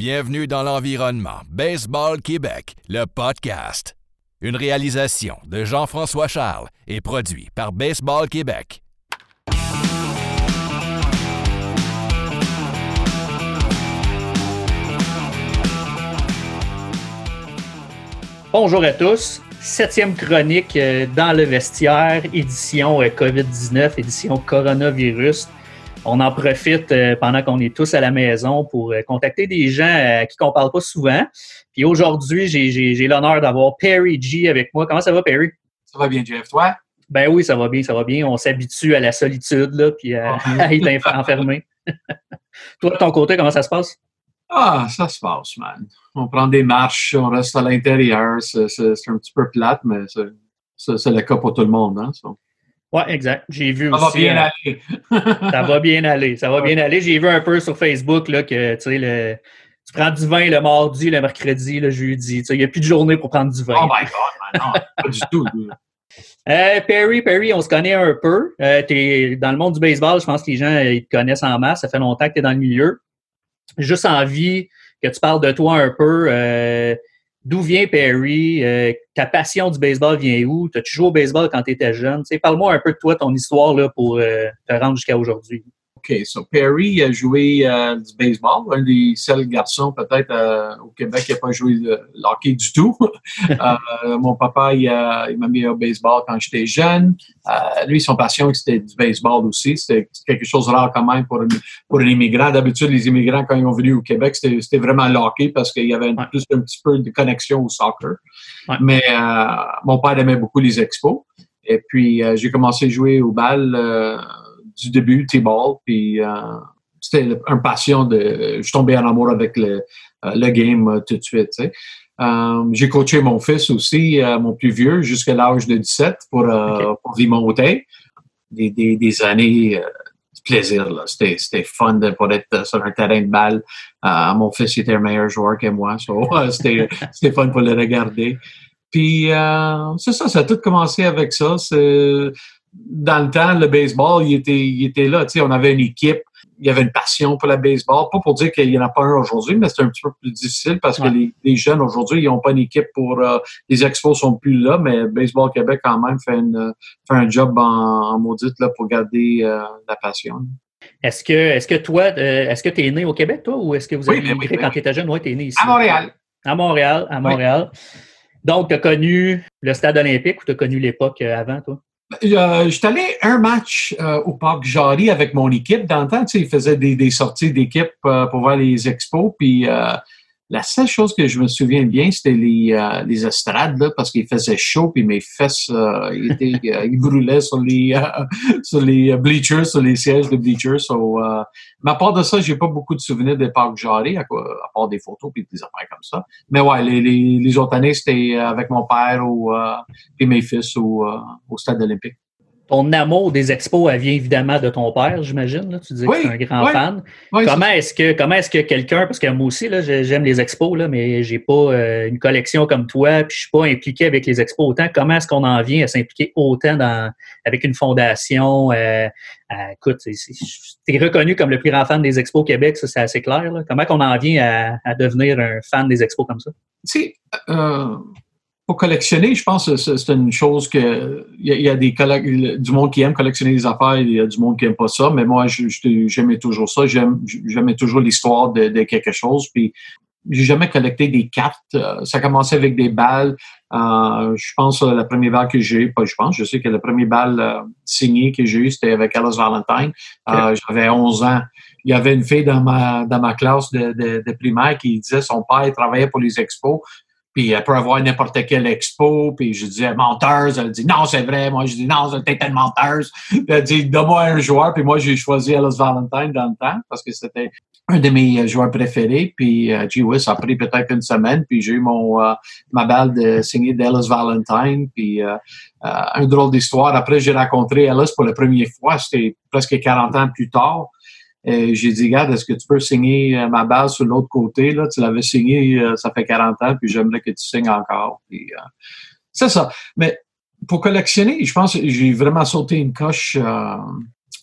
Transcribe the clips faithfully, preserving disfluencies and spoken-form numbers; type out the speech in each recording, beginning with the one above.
Bienvenue dans l'environnement Baseball Québec, le podcast. Une réalisation de Jean-François Charles et produit par Baseball Québec. Bonjour à tous. Septième chronique euh, dans le vestiaire, édition euh, covid dix-neuf, édition coronavirus. On en profite euh, pendant qu'on est tous à la maison pour euh, contacter des gens euh, à qui on ne parle pas souvent. Puis aujourd'hui, j'ai, j'ai, j'ai l'honneur d'avoir Perry G avec moi. Comment ça va, Perry? Ça va bien, Jeff. Toi? Ben oui, ça va bien, ça va bien. On s'habitue à la solitude, là, puis à, à être enf- enfermé. Toi, de ton côté, comment ça se passe? Ah, ça se passe, man. On prend des marches, on reste à l'intérieur. C'est, c'est, c'est un petit peu plate, mais c'est, c'est, c'est le cas pour tout le monde, hein? So. Oui, exact. J'ai vu ça aussi... Ça va bien euh, aller. ça va bien aller. Ça va bien aller. J'ai vu un peu sur Facebook là, que tu sais, le, tu prends du vin le mardi, le mercredi, le jeudi. Il n'y a plus de journée pour prendre du vin. Oh my God, man, non, pas du tout. Euh, Perry, Perry, on se connaît un peu. Euh, t'es dans le monde du baseball, je pense que les gens ils te connaissent en masse. Ça fait longtemps que tu es dans le milieu. Juste envie que tu parles de toi un peu. Euh, d'où vient Perry? Euh, ta passion du baseball vient où? T'as-tu joué au baseball quand tu étais jeune? T'sais, parle-moi un peu de toi, ton histoire là, pour euh, te rendre jusqu'à aujourd'hui. OK, so Perry a joué euh, du baseball, un des seuls garçons peut-être euh, au Québec qui n'a pas joué le hockey du tout. euh, mon papa, il, a, il m'a mis au baseball quand j'étais jeune. Euh, lui, son passion, c'était du baseball aussi. C'était quelque chose de rare quand même pour, une, pour un immigrant. D'habitude, les immigrants, quand ils ont venu au Québec, c'était, c'était vraiment le hockey parce qu'il y avait un, ouais. plus un petit peu de connexion au soccer. Ouais. Mais euh, mon père aimait beaucoup les expos. Et puis, euh, j'ai commencé à jouer au bal euh, du début, T-ball, puis euh, c'était une passion de... Je suis tombé en amour avec le, le game euh, tout de suite, tu sais. Euh, j'ai coaché mon fils aussi, euh, mon plus vieux, jusqu'à l'âge de dix-sept pour, euh, okay. pour remonter. Des, des, des années euh, de plaisir, là. C'était, c'était fun de pouvoir être sur un terrain de balle. Euh, mon fils était un meilleur joueur que moi, so, euh, c'était, c'était fun pour le regarder. Puis, euh, c'est ça, ça a tout commencé avec ça. C'est... Dans le temps, le baseball, il était, il était là. Tu sais, on avait une équipe, il y avait une passion pour le baseball. Pas pour dire qu'il n'y en a pas un aujourd'hui, mais c'est un petit peu plus difficile parce ouais. que les, les jeunes aujourd'hui, ils n'ont pas une équipe pour... Euh, les expos sont plus là, mais Baseball Québec, quand même, fait, une, fait un job en, en maudite là, pour garder euh, la passion. Est-ce que, est-ce que toi, euh, est-ce que tu es né au Québec, toi, ou est-ce que vous avez oui, immigré oui, quand oui. tu étais jeune? Oui, tu es né ici. À Montréal. À Montréal, à Montréal. Oui. Donc, tu as connu le stade olympique ou tu as connu l'époque avant, toi? Euh, J'étais allé un match euh, au Parc Jarry avec mon équipe. Dans le temps, tu sais, ils faisaient des, des sorties d'équipe euh, pour voir les expos. Puis euh, la seule chose que je me souviens bien, c'était les, euh, les estrades, là, parce qu'il faisait chaud, puis mes fesses, euh, ils, étaient, euh, ils brûlaient sur les, euh, sur les bleachers, sur les sièges de bleachers. So, euh, mais à part de ça, j'ai pas beaucoup de souvenirs des Parcs Jarry, à, à part des photos puis des affaires comme ça. Mais ouais, les, les, les autres années, c'était avec mon père ou euh, et mes fils au, euh, au stade olympique. Ton amour des expos, elle vient évidemment de ton père, j'imagine. Là. Tu disais oui, que tu es un grand oui, fan. Oui, comment, est-ce que, comment est-ce que quelqu'un, parce que moi aussi, là, j'aime les expos, là, mais j'ai pas euh, une collection comme toi, puis je suis pas impliqué avec les expos autant. Comment est-ce qu'on en vient à s'impliquer autant dans, avec une fondation? Euh, à, écoute, tu es reconnu comme le plus grand fan des expos au Québec, ça c'est assez clair. Là. Comment on en vient à, à devenir un fan des expos comme ça? Tu sais, euh... Pour collectionner, je pense que c'est une chose que il y a, il y a des collect, du monde qui aime collectionner des affaires, il y a du monde qui aime pas ça, mais moi, je, je, j'aimais toujours ça. J'aime, j'aimais toujours l'histoire de, de quelque chose. Puis, j'ai jamais collecté des cartes. Ça a commencé avec des balles. Euh, je pense que la première balle que j'ai eu, pas je pense, je sais que la première balle euh, signée que j'ai eue, c'était avec Alice Valentine. Okay. Euh, j'avais onze ans. Il y avait une fille dans ma dans ma classe de, de, de primaire qui disait son père travaillait pour les expos. Puis elle peut avoir n'importe quelle expo. Puis je disais, menteuse. Elle dit, non, c'est vrai. Moi, je dis, non, t'es une menteuse. Puis elle dit, donne-moi un joueur. Puis moi, j'ai choisi Alice Valentine dans le temps parce que c'était un de mes joueurs préférés. Puis, euh, gee, oui, ça a pris peut-être une semaine. Puis j'ai eu mon euh, ma balle de signée d'Alice Valentine. Puis euh, euh, un drôle d'histoire. Après, j'ai rencontré Alice pour la première fois. C'était presque quarante ans plus tard. Et j'ai dit, regarde, est-ce que tu peux signer euh, ma balle sur l'autre côté? Là, tu l'avais signé, euh, ça fait quarante ans, puis j'aimerais que tu signes encore. Puis, euh, c'est ça. Mais pour collectionner, je pense que j'ai vraiment sauté une coche euh,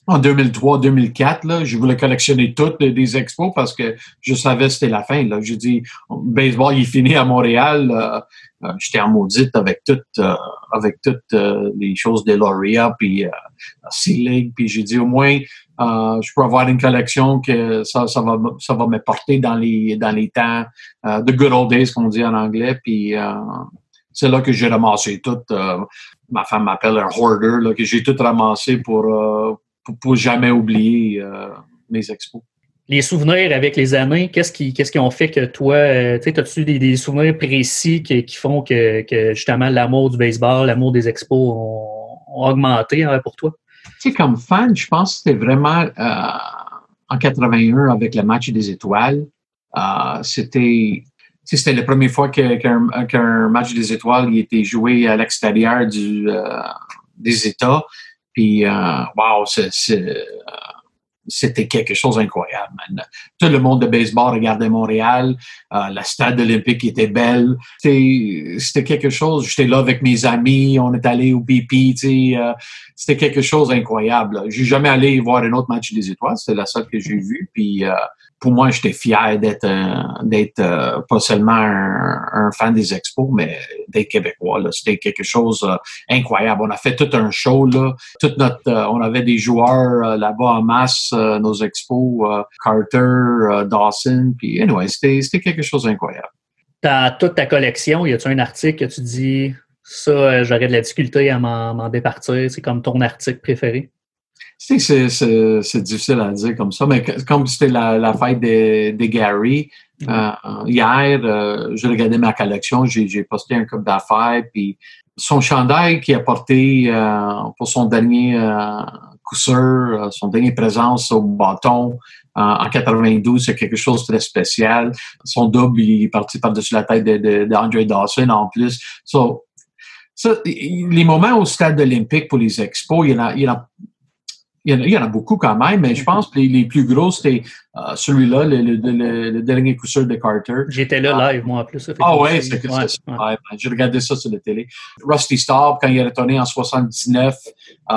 en deux mille trois deux mille quatre, là, je voulais collectionner toutes des expos parce que je savais que c'était la fin. Là. J'ai dit, baseball, il finit à Montréal. Euh, euh, j'étais en maudite avec toutes euh, avec toutes euh, les choses de Lauria, puis euh, C-League. Puis j'ai dit, au moins, euh, je peux avoir une collection que ça, ça va ça va me porter dans les dans les temps euh, the good old days, qu'on dit en anglais. Puis euh, c'est là que j'ai ramassé tout. Euh, ma femme m'appelle un hoarder, là, que j'ai tout ramassé pour... Euh, Pour, pour jamais oublier euh, mes expos. Les souvenirs avec les années, qu'est-ce qui, qu'est-ce qui ont fait que toi, euh, tu sais, as-tu des, des souvenirs précis qui, qui font que, que justement l'amour du baseball, l'amour des expos ont, ont augmenté hein, pour toi? Tu sais, comme fan, je pense que c'était vraiment euh, en quatre-vingt-un avec le match des étoiles. Euh, c'était, c'était la première fois que, qu'un, qu'un match des étoiles il était joué à l'extérieur du, euh, des États. Puis, euh, wow, c'est, c'est, euh, c'était quelque chose d'incroyable, man. Tout le monde de baseball regardait Montréal. Euh, la stade olympique était belle. C'était, c'était quelque chose. J'étais là avec mes amis. On est allé au B P, tu sais. Euh, c'était quelque chose d'incroyable. J'ai jamais allé voir un autre match des étoiles. C'était la seule que j'ai vue. Puis, euh, pour moi, j'étais fier d'être, euh, d'être euh, pas seulement un, un fan des Expos, mais d'être québécois. Là. C'était quelque chose euh, incroyable. On a fait tout un show là. Toute notre, euh, on avait des joueurs euh, là-bas en masse, euh, nos Expos, euh, Carter, euh, Dawson. Puis, anyway, c'était, c'était quelque chose d'incroyable. Dans toute ta collection, y a-tu un article que tu dis ça, euh, j'aurais de la difficulté à m'en, m'en départir? C'est comme ton article préféré? C'est, c'est, c'est, c'est difficile à dire comme ça, mais comme c'était la, la fête de, de Gary, mm. euh, hier, euh, je regardais ma collection, j'ai, j'ai posté un couple d'affaires, puis son chandail qu'il a porté euh, pour son dernier euh, coup sûr, euh, son dernier présence au bâton euh, en quatre-vingt-douze, c'est quelque chose de très spécial. Son double, il est parti par-dessus la tête de, de, d'Andre Dawson en plus. So, ça, les moments au stade olympique pour les expos, il y en a, il y en a Il y, en a, il y en a beaucoup quand même, mais je pense que les, les plus gros, c'était euh, celui-là, le, le, le, le dernier coup sûr de Carter. J'étais là live, moi, en plus. Ah ouais, c'est que ouais, c'est ouais. Ouais, j'ai regardé ça sur la télé. Rusty Staub, quand il est retourné en soixante-dix-neuf, euh,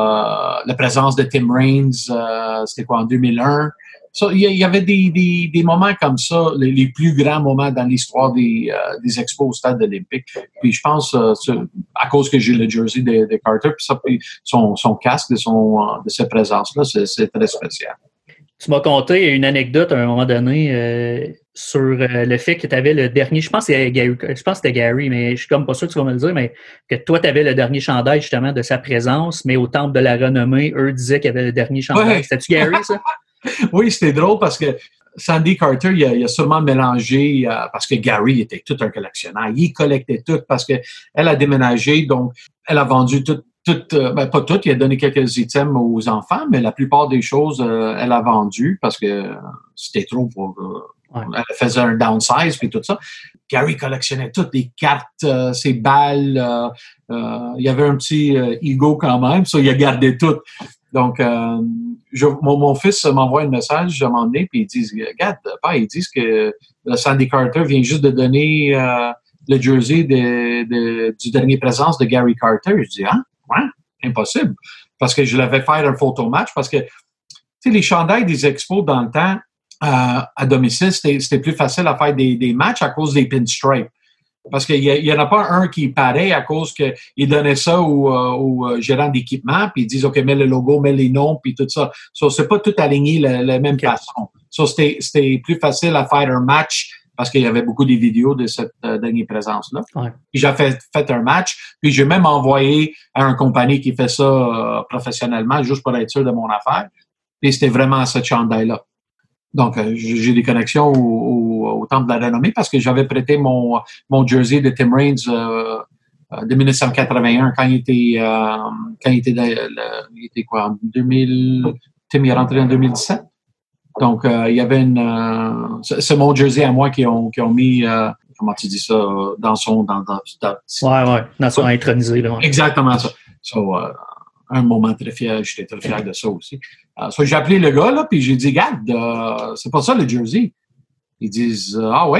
la présence de Tim Raines, euh, c'était quoi, en deux mille un? So, il y avait des, des, des moments comme ça, les, les plus grands moments dans l'histoire des, euh, des expos au stade olympique. Puis je pense, euh, à cause que j'ai le jersey de, de Carter, puis ça, puis son, son casque, de, son, de sa présence-là, c'est, c'est très spécial. Tu m'as conté une anecdote à un moment donné euh, sur euh, le fait que tu avais le dernier, je pense que c'était Gary, je pense que c'était Gary, mais je suis comme pas sûr que tu vas me le dire, mais que toi, tu avais le dernier chandail justement de sa présence, mais au Temple de la Renommée, eux disaient qu'il y avait le dernier chandail. Ouais. C'était-tu Gary, ça? Oui, c'était drôle parce que Sandy Carter, il a, il a sûrement mélangé, euh, parce que Gary était tout un collectionneur. Il collectait tout parce qu'elle a déménagé, donc elle a vendu tout, tout euh, ben pas tout, il a donné quelques items aux enfants, mais la plupart des choses, euh, elle a vendu parce que c'était trop pour... Euh, ouais. Elle faisait un downsize puis tout ça. Gary collectionnait toutes les cartes, euh, ses balles. Euh, euh, il y avait un petit euh, ego quand même, ça, il a gardé tout. Donc, euh, je, mon, mon fils m'envoie un message à un moment donné, puis ils disent, regarde, papa, ils disent que Sandy Carter vient juste de donner euh, le jersey de, de, du dernier présence de Gary Carter. Je dis, ah, ouais, impossible. Parce que je l'avais fait un photo match, parce que, tu sais, les chandails des expos dans le temps, euh, à domicile, c'était, c'était plus facile à faire des, des matchs à cause des pinstripes. Parce qu'il n'y en a pas un qui est pareil à cause qu'ils donnaient ça au, au gérant d'équipement, puis ils disent, OK, mets le logo, mets les noms, puis tout ça. So, c'est pas tout aligné la, la même okay. façon. So, c'était, c'était plus facile à faire un match parce qu'il y avait beaucoup de vidéos de cette euh, dernière présence-là. Ouais. Puis j'ai fait, fait un match, puis j'ai même envoyé à une compagnie qui fait ça euh, professionnellement, juste pour être sûr de mon affaire. Puis c'était vraiment ce chandail-là. Donc, euh, j'ai des connexions au, au, au Temple de la Renommée parce que j'avais prêté mon, mon jersey de Tim Raines euh, de dix-neuf cent quatre-vingt-un quand il était, euh, quand il était, de, le, il était quoi, en deux mille, Tim est rentré en deux mille dix-sept. Donc, euh, il y avait une, euh, c'est, c'est mon jersey à moi qui ont, qui ont mis, euh, comment tu dis ça, dans son, dans, dans, dans ouais, ouais, dans son intronisé, là. Ouais. Exactement ça. So, euh, un moment très fier, j'étais très fier de ça aussi. Euh, so, j'ai appelé le gars, là, puis j'ai dit, regarde, euh, c'est pas ça le jersey. Ils disent, euh, ah ouais?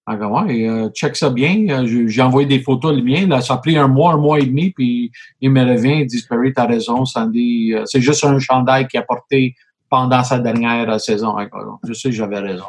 Ah, ouais, euh, check ça bien. Euh, j'ai envoyé des photos, le mien. Là, ça a pris un mois, un mois et demi, puis il me revient, il dit, Perry, t'as raison, Sandy. Euh, c'est juste un chandail qu'il a porté pendant sa dernière saison. Je sais, j'avais raison.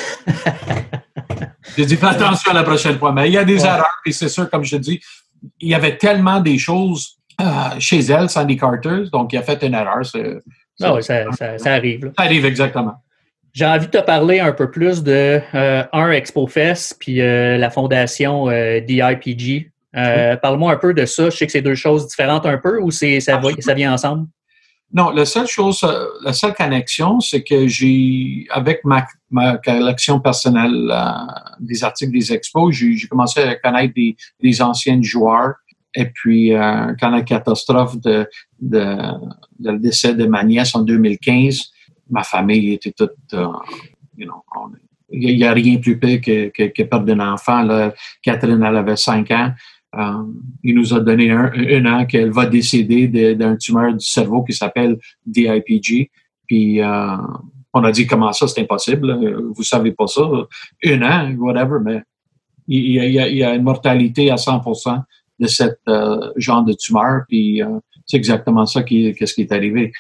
J'ai dit, fais attention la prochaine fois. Mais il y a des ouais. erreurs, puis c'est sûr, comme je dis, il y avait tellement des choses euh, chez elle, Sandy Carter, donc il a fait une erreur. C'est, c'est, ah oui, ça, ça, ça arrive. Là. Ça arrive, exactement. J'ai envie de te parler un peu plus de, euh, un, ExpoFest, puis euh, la fondation euh, D I P G. Euh, oui. Parle-moi un peu de ça. Je sais que c'est deux choses différentes un peu, ou c'est, ça, va, ça vient ensemble? Non, la seule chose, la seule connexion, c'est que j'ai, avec ma, ma collection personnelle euh, des articles des expos, j'ai, j'ai commencé à connaître des, des anciens joueurs. Et puis, euh, quand la catastrophe de, de, de le décès de ma nièce en deux mille quinze, ma famille était toute, uh, you know, il n'y a rien plus pire que, que, que perdre un enfant. Là. Catherine, elle avait cinq ans. Um, il nous a donné un, un an qu'elle va décéder de, d'un tumeur du cerveau qui s'appelle D I P G. Puis, uh, on a dit comment ça, c'est impossible. Vous savez pas ça. Un an, whatever, mais il y a, il y a une mortalité à cent pour cent de ce uh, genre de tumeur. Puis, uh, c'est exactement ça qui, qu'est-ce qui est arrivé.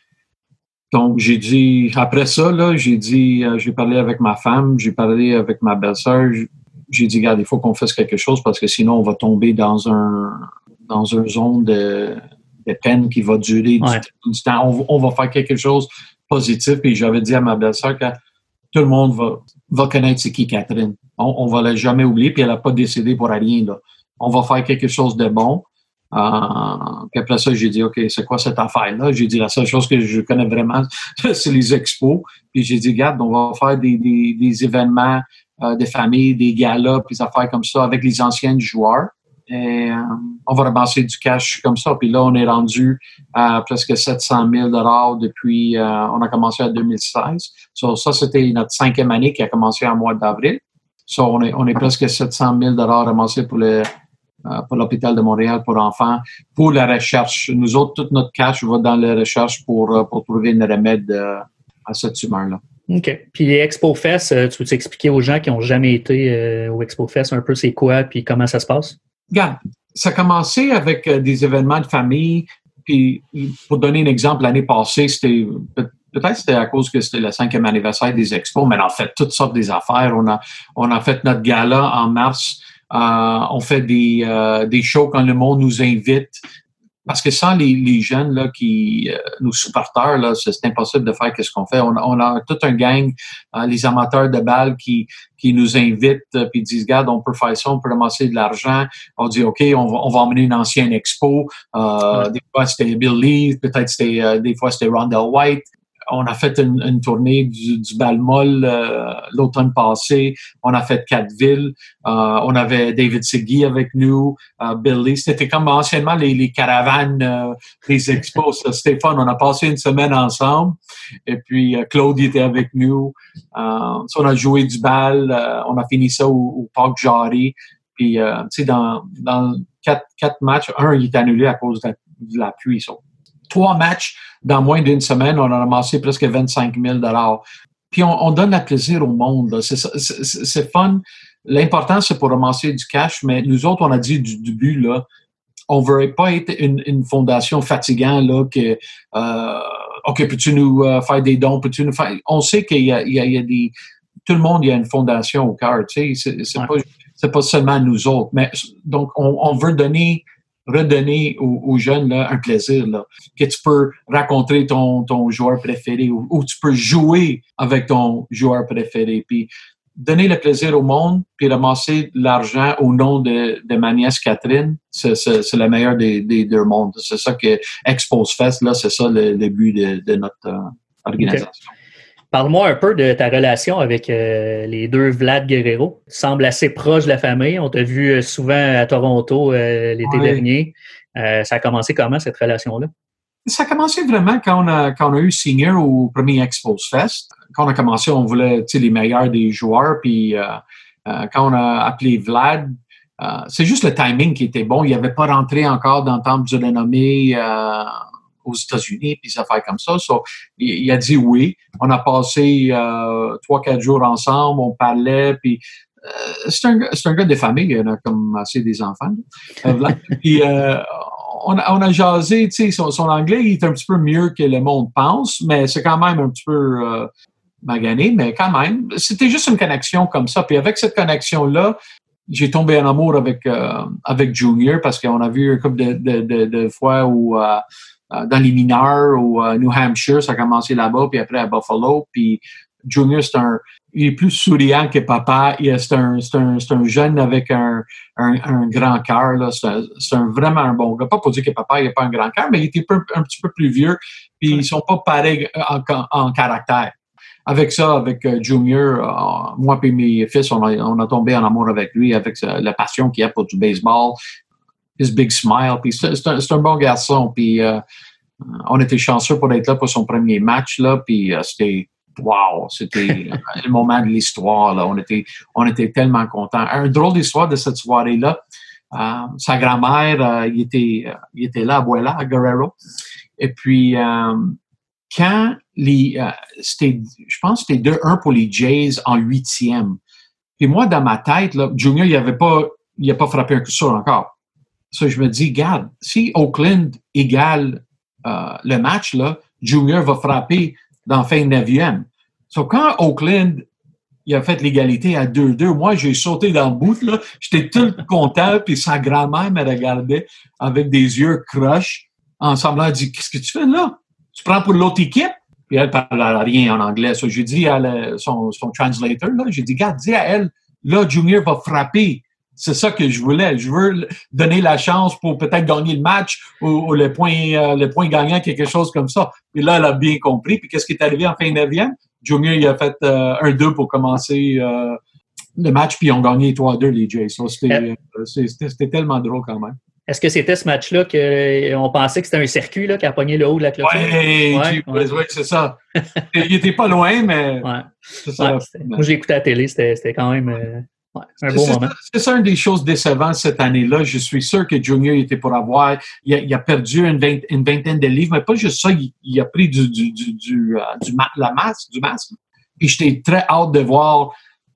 Donc, j'ai dit, après ça, là, j'ai dit, euh, j'ai parlé avec ma femme, j'ai parlé avec ma belle-sœur, j'ai dit, regarde, il faut qu'on fasse quelque chose parce que sinon, on va tomber dans un, dans une zone de, de peine qui va durer ouais. du, du temps. On, on va faire quelque chose de positif. Et j'avais dit à ma belle-sœur que tout le monde va, va connaître c'est qui Catherine. On, on va la jamais oublier, puis elle n'a pas décédé pour rien, là. On va faire quelque chose de bon. Euh, puis après ça, j'ai dit, OK, c'est quoi cette affaire-là? J'ai dit, la seule chose que je connais vraiment, c'est les expos. Puis j'ai dit, regarde, on va faire des, des, des événements, euh, des familles, des galas, puis des affaires comme ça avec les anciens joueurs. Et euh, on va ramasser du cash comme ça. Puis là, on est rendu à presque sept cent mille dollars depuis, euh, on a commencé en deux mille seize. So, ça, c'était notre cinquième année qui a commencé en mois d'avril. So, on est, on est presque sept cent mille dollars ramassés pour le pour l'hôpital de Montréal pour enfants, pour la recherche. Nous autres, tout notre cash va dans la recherche pour, pour trouver un remède à cette tumeur-là. OK. Puis les ExpoFest, tu veux t'expliquer aux gens qui n'ont jamais été euh, au ExpoFest un peu c'est quoi puis comment ça se passe? Regarde, ça a commencé avec euh, des événements de famille. Puis, pour donner un exemple, l'année passée, c'était peut-être c'était à cause que c'était le cinquième anniversaire des expos, mais on a fait toutes sortes des affaires. On a, on a fait notre gala en mars. Euh, on fait des, euh, des shows quand le monde nous invite. Parce que sans les, les jeunes là, qui, euh, nos supporters, là, c'est, c'est impossible de faire ce qu'on fait. On a, on a toute un gang, euh, les amateurs de balles qui, qui nous invitent euh, puis disent, regarde, on peut faire ça, on peut ramasser de l'argent. On dit, OK, on va, on va emmener une ancienne expo. Euh, ouais. Des fois, c'était Bill Lee, peut-être c'était, euh, des fois, c'était Rondell White. On a fait une, une tournée du, du Bal-Mol euh, l'automne passé. On a fait quatre villes. Euh, on avait David Segui avec nous, euh, Bill Lee. C'était comme anciennement les, les caravanes, euh, les expos. C'était fun. On a passé une semaine ensemble. Et puis, euh, Claude était avec nous. Euh, on a joué du bal. Euh, on a fini ça au, au Parc Jarry. Puis, euh, tu sais, dans, dans quatre, quatre matchs, un, il est annulé à cause de la, de la pluie. So. Trois matchs dans moins d'une semaine, on a ramassé presque vingt-cinq mille dollars. Puis on, on donne le plaisir au monde. C'est, c'est, c'est fun. L'important, c'est pour ramasser du cash, mais nous autres, on a dit du début, là, on ne veut pas être une, une fondation fatigante, là, que, euh, OK, peux-tu nous euh, faire des dons? Peux-tu nous faire... On sait qu'il y a, il y a, il y a des... Tout le monde, il y a une fondation au cœur, tu sais. C'est, c'est, ouais. pas, c'est pas seulement nous autres. Mais donc, on, on veut donner... redonner aux, aux jeunes là, un plaisir, là, que tu peux rencontrer ton, ton joueur préféré ou, ou tu peux jouer avec ton joueur préféré. Puis donner le plaisir au monde puis ramasser de l'argent au nom de, de ma nièce Catherine, c'est, c'est, c'est le meilleur des, des deux mondes. C'est ça que ExpoFest, là, c'est ça le, le but de, de notre euh, organisation. Okay. Parle-moi un peu de ta relation avec euh, les deux Vlad Guerrero. Tu sembles assez proche de la famille. On t'a vu souvent à Toronto euh, l'été oui. dernier. Euh, ça a commencé comment, cette relation-là? Ça a commencé vraiment quand on a, quand on a eu Senior au premier ExpoFest. Quand on a commencé, on voulait les meilleurs des joueurs. Puis euh, euh, quand on a appelé Vlad, euh, c'est juste le timing qui était bon. Il n'avait pas rentré encore dans le temple du renommé euh, aux États-Unis, puis des affaires comme ça. So, il, il a dit oui. On a passé euh, trois, quatre jours ensemble, on parlait, puis c'est un, c'est un gars de famille, il en a comme assez des enfants. Euh, puis, euh, on, a, on a jasé, tu sais, son, son anglais, il est un petit peu mieux que le monde pense, mais c'est quand même un petit peu euh, magané, mais quand même, c'était juste une connexion comme ça. Puis avec cette connexion-là, j'ai tombé en amour avec euh, avec Junior parce qu'on a vu un couple de, de, de, de fois où euh, dans les mineurs ou euh, New Hampshire, ça a commencé là-bas, puis après à Buffalo, puis Junior, c'est un, il est plus souriant que papa. Il, c'est, un, c'est, un, c'est un jeune avec un, un, un grand cœur. Là. C'est, un, c'est un, vraiment un bon gars. Pas pour dire que papa il n'a pas un grand cœur, mais il était un, un petit peu plus vieux. Puis ils sont pas pareils en, en caractère. Avec ça, avec euh, Junior, euh, moi et mes fils, on a, on a tombé en amour avec lui, avec euh, la passion qu'il a pour du baseball, his big smile. Puis c'est, c'est, un, c'est un bon garçon. Puis euh, on était chanceux pour être là pour son premier match. Là, puis euh, c'était... Wow, c'était le moment de l'histoire. Là. On était, on était tellement contents. Un drôle d'histoire de cette soirée-là. Euh, sa grand-mère, euh, il était, euh, il était là, abuela, à Guerrero. Et puis, euh, quand les, euh, c'était, je pense que c'était deux un pour les Jays en huitième. Puis moi, dans ma tête, là, Junior, il avait pas, il a pas frappé un coup sûr encore. Ça, je me dis, regarde, si Oakland égale euh, le match, là, Junior va frapper dans la fin de neuvième. So, quand Oakland il a fait l'égalité à deux deux, moi, j'ai sauté dans le bout, là. J'étais tout content, puis sa grand-mère me regardait avec des yeux croches, en semblant dire, qu'est-ce que tu fais là? Tu prends pour l'autre équipe? Puis elle parlait rien en anglais. So, j'ai dit à la, son, son translator, là, j'ai dit, regarde, dis à elle, là, Junior va frapper. C'est ça que je voulais. Je veux donner la chance pour peut-être gagner le match ou, ou le point, euh, le point gagnant, quelque chose comme ça. Et là, elle a bien compris. Puis qu'est-ce qui est arrivé en fin de neuvième? Junior, il a fait euh, un deux pour commencer euh, le match, puis ils ont gagné trois deux, les Jays. So, c'était, euh, c'était, c'était tellement drôle quand même. Est-ce que c'était ce match-là qu'on pensait que c'était un circuit là, qui a pogné le haut de la clôture? Oui, ouais, ouais. ouais, c'est ça. Il était pas loin, mais ouais. c'est ça. Ouais, moi, j'ai écouté à la télé, c'était, c'était quand même... Euh... Ouais, c'est un beau c'est, moment. C'est ça une des choses décevantes cette année-là. Je suis sûr que Junior était pour avoir. Il a, il a perdu une, vingt, une vingtaine de livres, mais pas juste ça. Il, il a pris du, du, du, du, uh, du la masse, du masque. Et j'étais très hâte de voir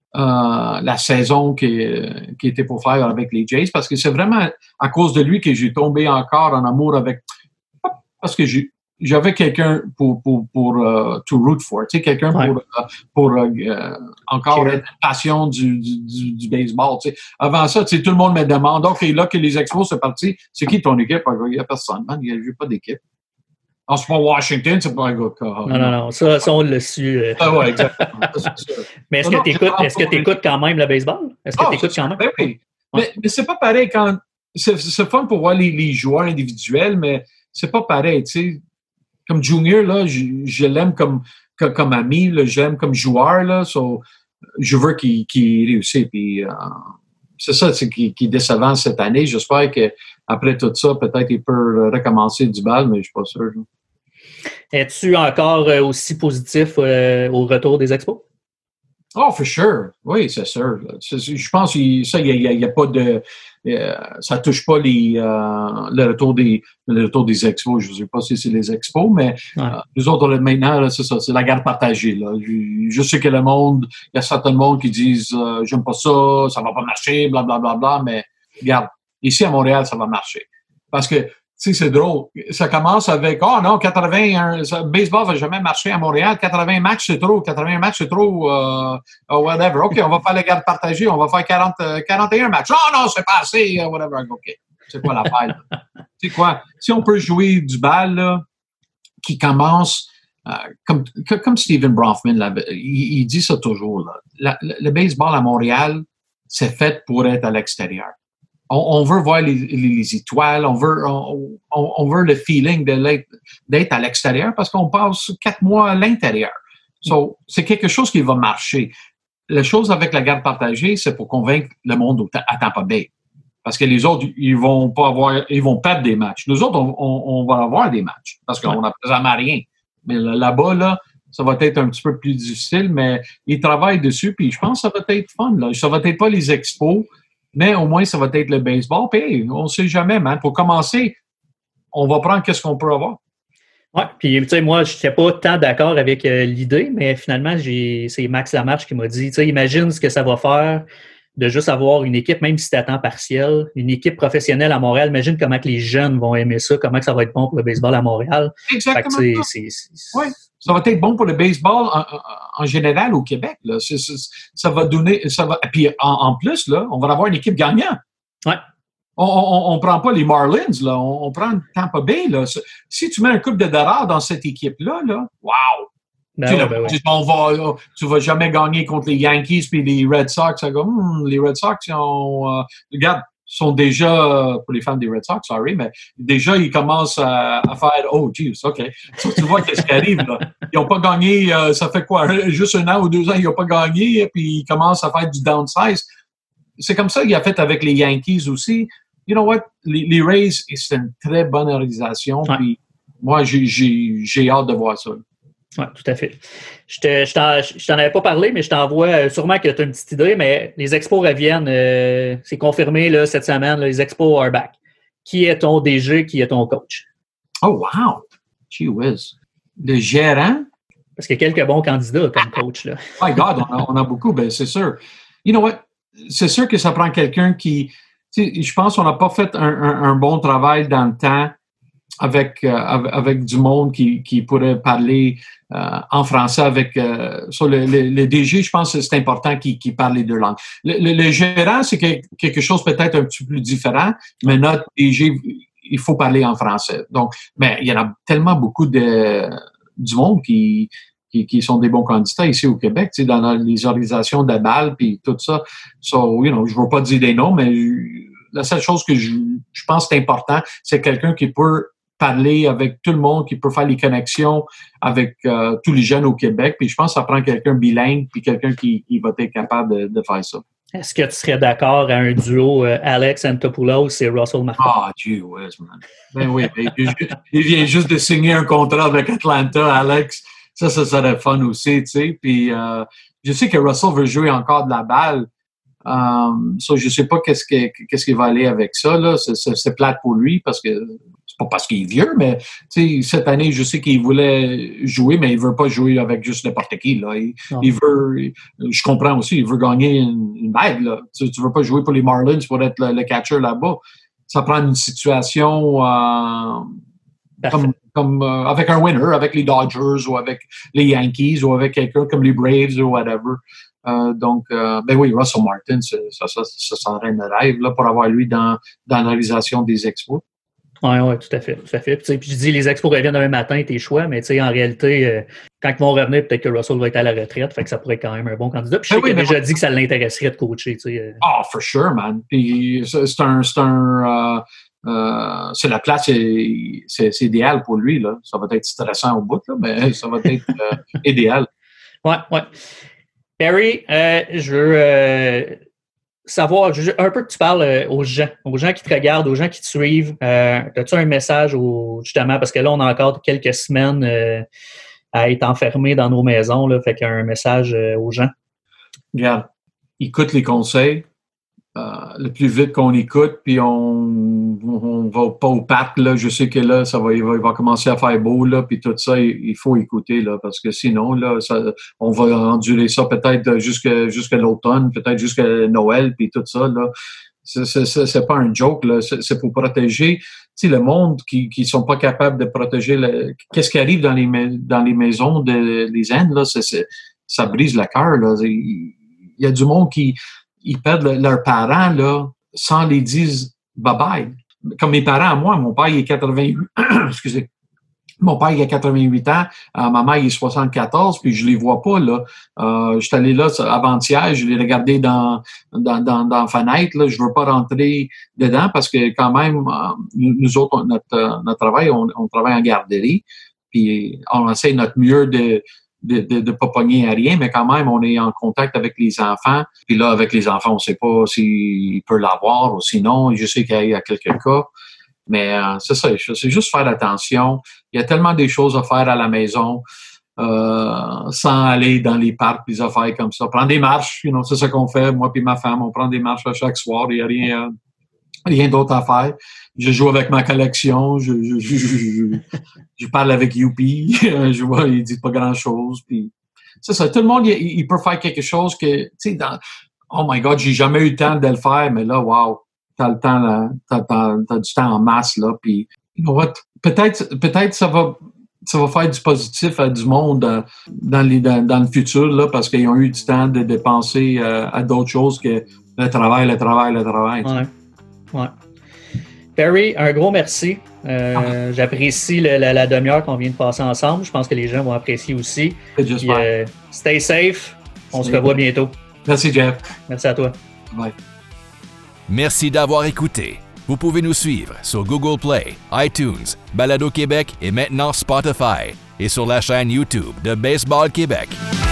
euh, la saison qui, qui était pour faire avec les Jays, parce que c'est vraiment à cause de lui que j'ai tombé encore en amour avec. Parce que j'ai. J'avais quelqu'un pour pour pour uh, to root for, tu sais, quelqu'un ouais. pour uh, pour uh, encore okay. être passion du, du du du baseball, tu sais. Avant ça, tu sais, tout le monde me demande, ok, là que les Expos c'est parti, c'est qui ton équipe? Il n'y a personne, man, il n'y a pas d'équipe. Non, c'est pas Washington, c'est pas un gars. Non, non, non, ça, ça on l'a su. Euh. Ah ouais, exactement. Mais est-ce non, que tu écoutes, est-ce que tu écoutes quand même le baseball? Est-ce que oh, tu écoutes quand même? Ben oui. Ouais. Mais, mais c'est pas pareil quand c'est, c'est fun pour voir les, les joueurs individuels, mais c'est pas pareil, tu sais. Comme Junior, là, je, je l'aime comme, comme, comme ami, là, je l'aime comme joueur, là, so, je veux qu'il, qu'il réussisse. Puis, euh, c'est ça c'est, qui, qui est décevant cette année. J'espère qu'après tout ça, peut-être il peut recommencer du bal, mais je ne suis pas sûr. Là. Es-tu encore aussi positif euh, au retour des Expos? Oh, for sure. Oui, c'est sûr. C'est, je pense que ça, il n'y a, a, a pas de... Euh, ça touche pas les, euh, le, retour des, le retour des expos. Je ne sais pas si c'est les expos, mais ouais. euh, nous autres, maintenant, là, c'est ça, c'est la garde partagée. Là. Je, je sais que le monde, il y a certains monde qui disent euh, j'aime pas ça, ça va pas marcher, blablabla, bla, bla, bla, mais regarde, ici à Montréal, ça va marcher. Parce que tu sais, c'est drôle. Ça commence avec, oh non, quatre-vingts, le baseball va jamais marcher à Montréal. quatre-vingts matchs, c'est trop. quatre-vingts matchs, c'est trop, euh, whatever. OK, on va faire les gardes partagées. On va faire quarante, quarante et un matchs. Oh non, c'est pas assez, whatever. OK. C'est quoi l'affaire? Tu sais quoi? Si on peut jouer du bal, là, qui commence, euh, comme, comme Stephen Bronfman, là, il, il dit ça toujours, là. La, le, le baseball à Montréal, c'est fait pour être à l'extérieur. On, on veut voir les, les, les étoiles, on veut, on, on, on veut le feeling de d'être à l'extérieur parce qu'on passe quatre mois à l'intérieur. So, c'est quelque chose qui va marcher. La chose avec la garde partagée, c'est pour convaincre le monde à Tampa Bay. Parce que les autres, ils vont pas avoir, ils vont perdre des matchs. Nous autres, on, on, on va avoir des matchs parce qu'on n'a présentement rien. Mais là-bas, là, ça va être un petit peu plus difficile, mais ils travaillent dessus, puis je pense que ça va être fun, là. Ça va être pas les expos, mais au moins, ça va être le baseball. Puis, hey, on ne sait jamais, man. Pour commencer, on va prendre qu'est-ce qu'on peut avoir. Oui, puis, tu sais, moi, je n'étais pas tant d'accord avec euh, l'idée, mais finalement, j'ai, c'est Max Lamarche qui m'a dit, tu sais, imagine ce que ça va faire de juste avoir une équipe, même si c'est à temps partiel, une équipe professionnelle à Montréal. Imagine comment que les jeunes vont aimer ça, comment que ça va être bon pour le baseball à Montréal. Exactement. Fait que c'est, c'est, c'est... Oui, ça va être bon pour le baseball en, en, en général au Québec. Là. C'est, c'est, ça va donner... Ça va, puis en, en plus, là, on va avoir une équipe gagnante. Ouais. On ne prend pas les Marlins, là. On, on prend Tampa Bay. Là. Si tu mets un couple de dollars dans cette équipe-là, là, wow! Ben tu, ouais, là, ben ouais. on va, là, tu vas jamais gagner contre les Yankees puis les Red Sox. Ça go, hmm, les Red Sox, ils ont, euh, regarde, sont déjà, pour les fans des Red Sox, sorry, mais déjà, ils commencent à, à faire « Oh, jeez, OK. » So, tu vois qu'est-ce qui arrive, là. Ils n'ont pas gagné, euh, ça fait quoi, juste un an ou deux ans, ils n'ont pas gagné, puis ils commencent à faire du downsize. C'est comme ça qu'il a fait avec les Yankees aussi. You know what? Les, les Rays, c'est une très bonne organisation, ouais. Puis moi, j'ai, j'ai, j'ai hâte de voir ça. Oui, tout à fait. Je, te, je, t'en, je t'en avais pas parlé, mais je t'envoie, sûrement que tu as une petite idée, mais les expos reviennent, euh, c'est confirmé là, cette semaine, là, les expos are back. Qui est ton D G, qui est ton coach? Oh, wow! Gee whiz. Le gérant? Parce qu'il y a quelques bons candidats comme coach. Là. My God, on a, on a beaucoup, ben c'est sûr. You know what? C'est sûr que ça prend quelqu'un qui... Tu sais, je pense qu'on n'a pas fait un, un, un bon travail dans le temps avec euh, avec du monde qui, qui pourrait parler euh, en français avec euh, sur le, le, le D G, je pense que c'est important qu'il, qu'il parle les deux langues. Le, le, le gérant, c'est que, quelque chose peut-être un petit peu plus différent, mais notre D G, il faut parler en français. Donc, mais il y en a tellement beaucoup de du monde qui qui, qui sont des bons candidats ici au Québec, tu sais, dans les organisations de balle puis tout ça. So, you know, je ne veux pas dire des noms, mais la seule chose que je, je pense que c'est important, c'est quelqu'un qui peut parler avec tout le monde, qui peut faire les connexions avec euh, tous les jeunes au Québec. Puis je pense que ça prend quelqu'un bilingue puis quelqu'un qui, qui va être capable de, de faire ça. Est-ce que tu serais d'accord à un duo euh, Alex Antopoulos et Russell Martin? Ah, gee whiz, man. Ben oui, ben, il, il vient juste de signer un contrat avec Atlanta, Alex. Ça, ça serait fun aussi, tu sais. Puis euh, je sais que Russell veut jouer encore de la balle. Um, so je sais pas qu'est-ce que qu'est-ce qu'il va aller avec ça là. C'est, c'est, c'est plate pour lui parce que c'est pas parce qu'il est vieux, mais tu sais cette année je sais qu'il voulait jouer, mais il veut pas jouer avec juste n'importe qui là. Il, il veut, je comprends aussi, il veut gagner une, une bague là. Tu, tu veux pas jouer pour les Marlins pour être le, le catcher là-bas. Ça prend une situation euh, comme comme euh, avec un winner, avec les Dodgers ou avec les Yankees ou avec quelqu'un comme les Braves ou whatever. Euh, donc, euh, ben oui, Russell Martin, ça, ça, ça, ça serait un rêve là, pour avoir lui dans, dans l'organisation des expos. Oui, oui, tout à fait. Tout à fait. Puis, puis je dis, les expos reviennent demain matin, tes choix, mais en réalité, euh, quand ils vont revenir, peut-être que Russell va être à la retraite, fait que ça pourrait être quand même un bon candidat. Puis je sais ben oui, qu'il a déjà moi... dit que ça l'intéresserait de coacher. Euh. Oh, for sure, man. Puis c'est, c'est un... C'est, un, euh, euh, c'est la place, c'est, c'est, c'est idéal pour lui. Là. Ça va être stressant au bout, là, mais ça va être euh, idéal. Oui, oui. Perry, euh, je veux euh, savoir je veux un peu que tu parles euh, aux gens, aux gens qui te regardent, aux gens qui te suivent. Euh, as-tu un message au, justement, parce que là, on a encore quelques semaines euh, à être enfermés dans nos maisons, là, fait qu'un message euh, aux gens. Regarde, écoute les conseils. Euh, le plus vite qu'on écoute, puis on on va pas au parc, là, je sais que là, ça va, il va, il va commencer à faire beau, là, puis tout ça, il, il faut écouter, là, parce que sinon, là, ça, on va endurer ça peut-être jusqu'à, jusqu'à l'automne, peut-être jusqu'à Noël, puis tout ça, là. C'est, c'est, c'est pas un joke, là, c'est, c'est pour protéger, tu sais, le monde qui, qui sont pas capables de protéger, le, qu'est-ce qui arrive dans les, dans les maisons de, des Indes, là, c'est, c'est, ça brise le cœur, là. Il y a du monde qui, ils perdent le, leurs parents là, sans les dire bye-bye. Comme mes parents à moi, mon père il est quatre-vingt-huit, excusez, mon père il a quatre-vingt-huit ans, euh, ma mère il est soixante-quatorze, puis je les vois pas là. Euh, je suis allé là avant-hier, je les regardais dans dans dans, dans la fenêtre là, je veux pas rentrer dedans parce que quand même euh, nous autres notre notre travail, on, on travaille en garderie, puis on essaie notre mieux de de de, de pas pogner à rien, mais quand même on est en contact avec les enfants. Puis là avec les enfants, on sait pas s'ils peuvent l'avoir ou sinon. Je sais qu'il y a quelques cas, mais euh, c'est ça. C'est juste faire attention. Il y a tellement des choses à faire à la maison euh, sans aller dans les parcs, des affaires comme ça. Prendre des marches, you know, c'est ça qu'on fait. Moi puis ma femme, on prend des marches à chaque soir. Il y a rien. Euh, Rien d'autre à faire. Je joue avec ma collection. Je, je, je, je, je parle avec Youpi. Je vois, il dit pas grand-chose. Puis c'est ça. Tout le monde, il, il peut faire quelque chose que, tu sais, dans, Oh my God, j'ai jamais eu le temps de le faire, mais là, wow, t'as le temps, là, t'as, t'as, t'as du temps en masse, là, puis, you know what, peut-être, peut-être ça va, ça va faire du positif à du monde euh, dans, les, dans, dans le futur, là, parce qu'ils ont eu du temps de dépenser euh, à d'autres choses que le travail, le travail, le travail. Ouais. Ouais. Perry, un gros merci. Euh, ah. J'apprécie le, la, la demi-heure qu'on vient de passer ensemble. Je pense que les gens vont apprécier aussi. J'espère. Puis, euh, stay safe. On stay se revoit bientôt. Merci, Jeff. Merci à toi. Bye. Merci d'avoir écouté. Vous pouvez nous suivre sur Google Play, iTunes, Balado Québec et maintenant Spotify et sur la chaîne YouTube de Baseball Québec.